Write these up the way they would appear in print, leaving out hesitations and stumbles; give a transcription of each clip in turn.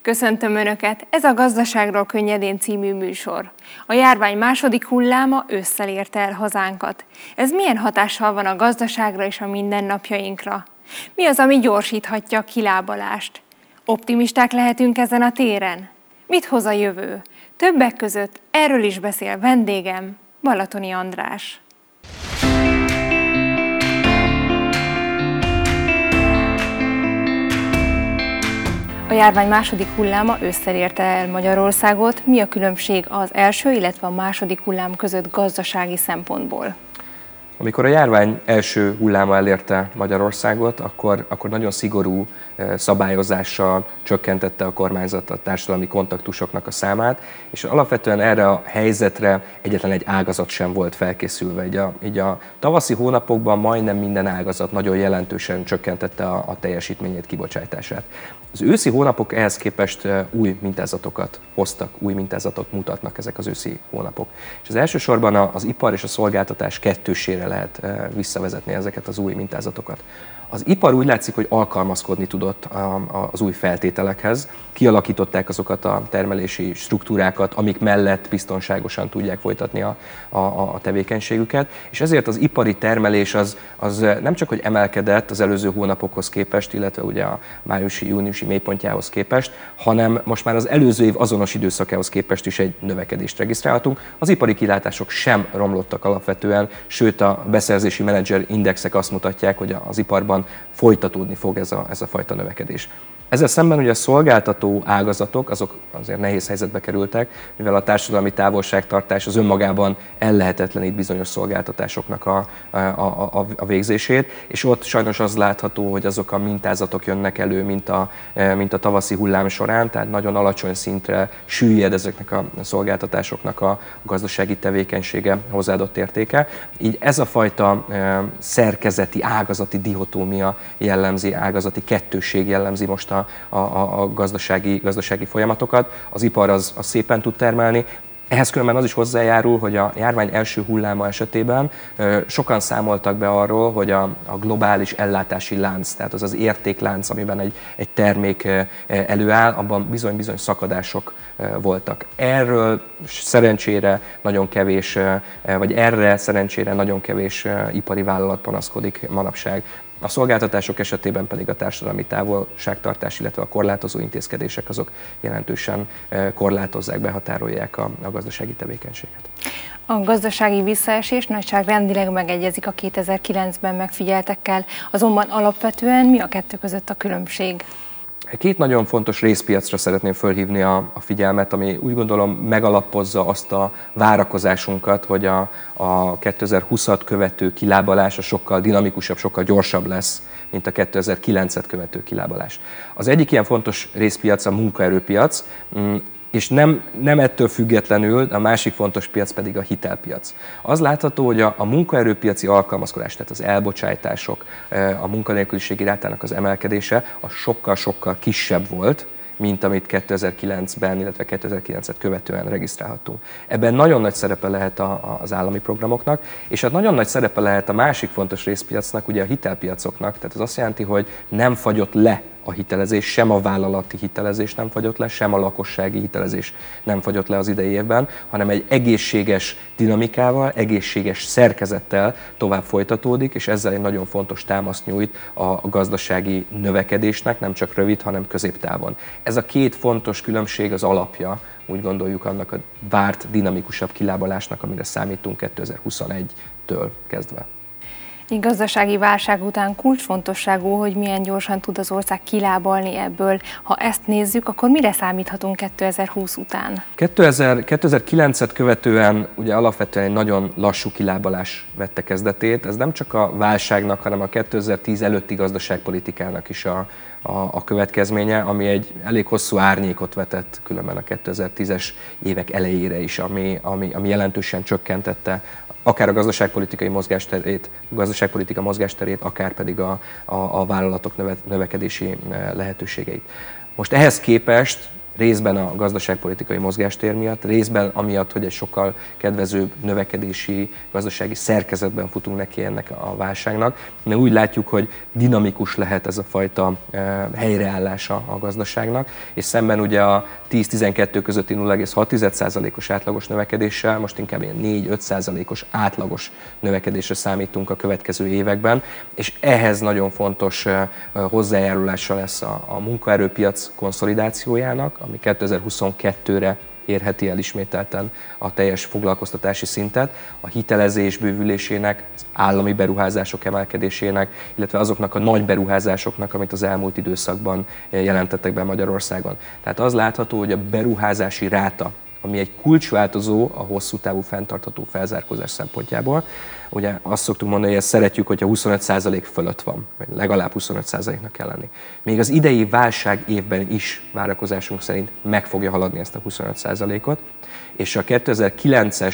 Köszöntöm Önöket! Ez a Gazdaságról könnyedén című műsor. A járvány második hulláma ősszel érte el hazánkat. Ez milyen hatással van a gazdaságra és a mindennapjainkra? Mi az, ami gyorsíthatja a kilábalást? Optimisták lehetünk ezen a téren? Mit hoz a jövő? Többek között erről is beszél vendégem, Balatoni András. A járvány második hulláma ősszel érte el Magyarországot. Mi a különbség az első, illetve a második hullám között gazdasági szempontból? Amikor a járvány első hulláma elérte Magyarországot, akkor nagyon szigorú szabályozással csökkentette a kormányzat a társadalmi kontaktusoknak a számát, és alapvetően erre a helyzetre egyetlen egy ágazat sem volt felkészülve. Így a tavaszi hónapokban majdnem minden ágazat nagyon jelentősen csökkentette a teljesítményét, kibocsátását. Az őszi hónapok ehhez képest új mintázatokat hoztak, új mintázatot mutatnak ezek az őszi hónapok. És az elsősorban az ipar és a szolgáltatás kettősére lehet visszavezetni ezeket az új mintázatokat. Az ipar úgy látszik, hogy alkalmazkodni tudott az új feltételekhez, kialakították azokat a termelési struktúrákat, amik mellett biztonságosan tudják folytatni a tevékenységüket, és ezért az ipari termelés az nem csak, hogy emelkedett az előző hónapokhoz képest, illetve ugye a májusi-júniusi mélypontjához képest, hanem most már az előző év azonos időszakához képest is egy növekedést regisztrálhatunk. Az ipari kilátások sem romlottak alapvetően, sőt a beszerzési menedzser indexek azt mutatják, hogy az iparban folytatódni fog ez a fajta növekedés. Ezzel szemben ugye a szolgáltató ágazatok, azok azért nehéz helyzetbe kerültek, mivel a társadalmi távolságtartás az önmagában ellehetetlenít bizonyos szolgáltatásoknak a végzését, és ott sajnos az látható, hogy azok a mintázatok jönnek elő, mint a tavaszi hullám során, tehát nagyon alacsony szintre süllyed ezeknek a szolgáltatásoknak a gazdasági tevékenysége, hozzáadott értéke. Így ez a fajta szerkezeti, ágazati dihotómia jellemzi, ágazati kettősség jellemzi most a gazdasági folyamatokat. Az ipar az szépen tud termelni. Ehhez különben az is hozzájárul, hogy a járvány első hulláma esetében sokan számoltak be arról, hogy a globális ellátási lánc, tehát az értéklánc, amiben egy termék előáll, abban bizony-bizony szakadások voltak. Erről szerencsére nagyon kevés, vagy erre szerencsére nagyon kevés ipari vállalat panaszkodik manapság. A szolgáltatások esetében pedig a társadalmi távolságtartás, illetve a korlátozó intézkedések azok jelentősen korlátozzák, behatárolják a gazdasági tevékenységet. A gazdasági visszaesés nagyságrendileg megegyezik a 2009-ben megfigyeltekkel, azonban alapvetően mi a kettő között a különbség? Két nagyon fontos részpiacra szeretném fölhívni a figyelmet, ami úgy gondolom megalapozza azt a várakozásunkat, hogy a 2020-at követő kilábalás a sokkal dinamikusabb, sokkal gyorsabb lesz, mint a 2009-et követő kilábalás. Az egyik ilyen fontos részpiac a munkaerőpiac, és nem ettől függetlenül, a másik fontos piac pedig a hitelpiac. Az látható, hogy a munkaerőpiaci alkalmazkodás, tehát az elbocsátások, a munkanélküliségi rátának az emelkedése az sokkal-sokkal kisebb volt, mint amit 2009-ben, illetve 2009-et követően regisztrálhattunk. Ebben nagyon nagy szerepe lehet az állami programoknak, és hát nagyon nagy szerepe lehet a másik fontos részpiacnak, ugye a hitelpiacoknak, tehát ez azt jelenti, hogy nem fagyott le a hitelezés, sem a vállalati hitelezés nem fagyott le, sem a lakossági hitelezés nem fagyott le az idei évben, hanem egy egészséges dinamikával, egészséges szerkezettel tovább folytatódik, és ezzel egy nagyon fontos támaszt nyújt a gazdasági növekedésnek, nem csak rövid, hanem középtávon. Ez a két fontos különbség az alapja, úgy gondoljuk, annak a várt dinamikusabb kilábalásnak, amire számítunk 2021-től kezdve. Egy gazdasági válság után kulcsfontosságú, hogy milyen gyorsan tud az ország kilábalni ebből. Ha ezt nézzük, akkor mire számíthatunk 2020 után? 2009-et követően ugye alapvetően egy nagyon lassú kilábalás vette kezdetét. Ez nem csak a válságnak, hanem a 2010 előtti gazdaságpolitikának is a következménye, ami egy elég hosszú árnyékot vetett különben a 2010-es évek elejére is, ami jelentősen csökkentette akár a gazdaságpolitika mozgásterét, akár pedig a vállalatok növekedési lehetőségeit. Most ehhez képest Részben a gazdaságpolitikai mozgástér miatt, részben amiatt, hogy egy sokkal kedvezőbb növekedési, gazdasági szerkezetben futunk neki ennek a válságnak. De úgy látjuk, hogy dinamikus lehet ez a fajta helyreállása a gazdaságnak, és szemben ugye a 10-12 közötti 0,6%-os átlagos növekedéssel most inkább ilyen 4-5%-os átlagos növekedésre számítunk a következő években, és ehhez nagyon fontos hozzájárulása lesz a munkaerőpiac konszolidációjának, ami 2022-re érheti el ismételten a teljes foglalkoztatási szintet, a hitelezés bővülésének, az állami beruházások emelkedésének, illetve azoknak a nagy beruházásoknak, amit az elmúlt időszakban jelentettek be Magyarországon. Tehát az látható, hogy a beruházási ráta, ami egy kulcsváltozó a hosszú távú fenntartható felzárkózás szempontjából. Ugye azt szoktuk mondani, hogy ezt szeretjük, hogyha 25% fölött van, vagy legalább 25%-nak kell lenni. Még az idei válság évben is várakozásunk szerint meg fogja haladni ezt a 25%-ot, és a 2009-es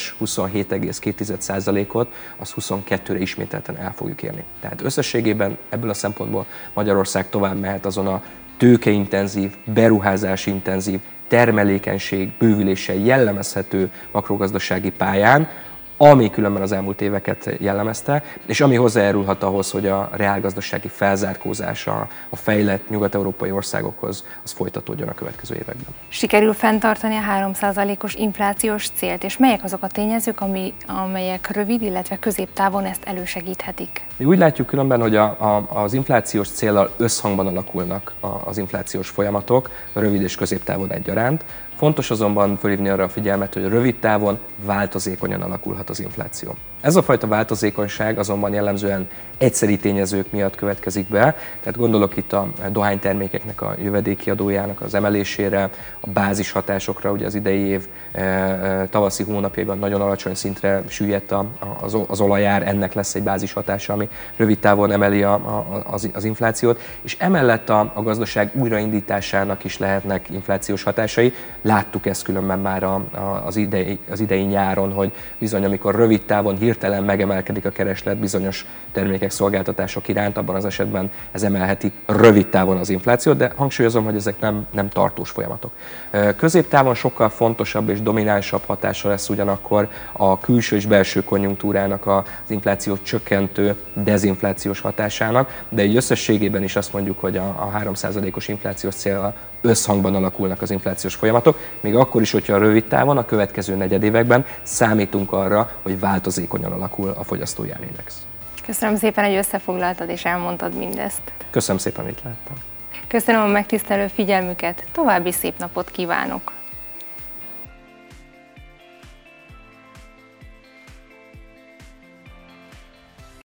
27,2%-ot az 22-re ismételten el fogjuk érni. Tehát összességében ebből a szempontból Magyarország tovább mehet azon a tőkeintenzív, beruházásintenzív, termelékenység bővüléssel jellemezhető makrogazdasági pályán, ami különben az elmúlt éveket jellemezte, és ami hozzájárulhat ahhoz, hogy a reálgazdasági felzárkózása a fejlett nyugat-európai országokhoz az folytatódjon a következő években. Sikerül fenntartani a 3%-os inflációs célt, és melyek azok a tényezők, amelyek rövid, illetve középtávon ezt elősegíthetik? Mi úgy látjuk különben, hogy az inflációs céllal összhangban alakulnak az inflációs folyamatok, rövid és középtávon egyaránt. Fontos azonban fölhívni arra a figyelmet, hogy rövid távon változékonyan alakulhat az infláció. Ez a fajta változékonyság azonban jellemzően egyszeri tényezők miatt következik be, tehát gondolok itt a dohánytermékeknek a jövedéki adójának az emelésére, a bázishatásokra, ugye az idei év tavaszi hónapjaiban nagyon alacsony szintre süllyedt az olajár, ennek lesz egy bázishatása, ami rövid távon emeli az inflációt, és emellett a gazdaság újraindításának is lehetnek inflációs hatásai. Láttuk ezt különben már az idei nyáron, hogy bizony, amikor rövid távon hirtelen megemelkedik a kereslet bizonyos termékek, szolgáltatások iránt, abban az esetben ez emelheti rövid távon az inflációt, de hangsúlyozom, hogy ezek nem tartós folyamatok. Középtávon sokkal fontosabb és dominánsabb hatása lesz ugyanakkor a külső és belső konjunktúrának az inflációt csökkentő dezinflációs hatásának, de így összességében is azt mondjuk, hogy a 3%-os inflációs céllal összhangban alakulnak az inflációs folyamatok, még akkor is, hogyha a rövid távon, a következő negyedévekben számítunk arra, hogy változékonyan alakul a fogyasztói árindex. Köszönöm szépen, hogy összefoglaltad és elmondtad mindezt. Köszönöm szépen, hogy itt láttam. Köszönöm a megtisztelő figyelmüket, további szép napot kívánok!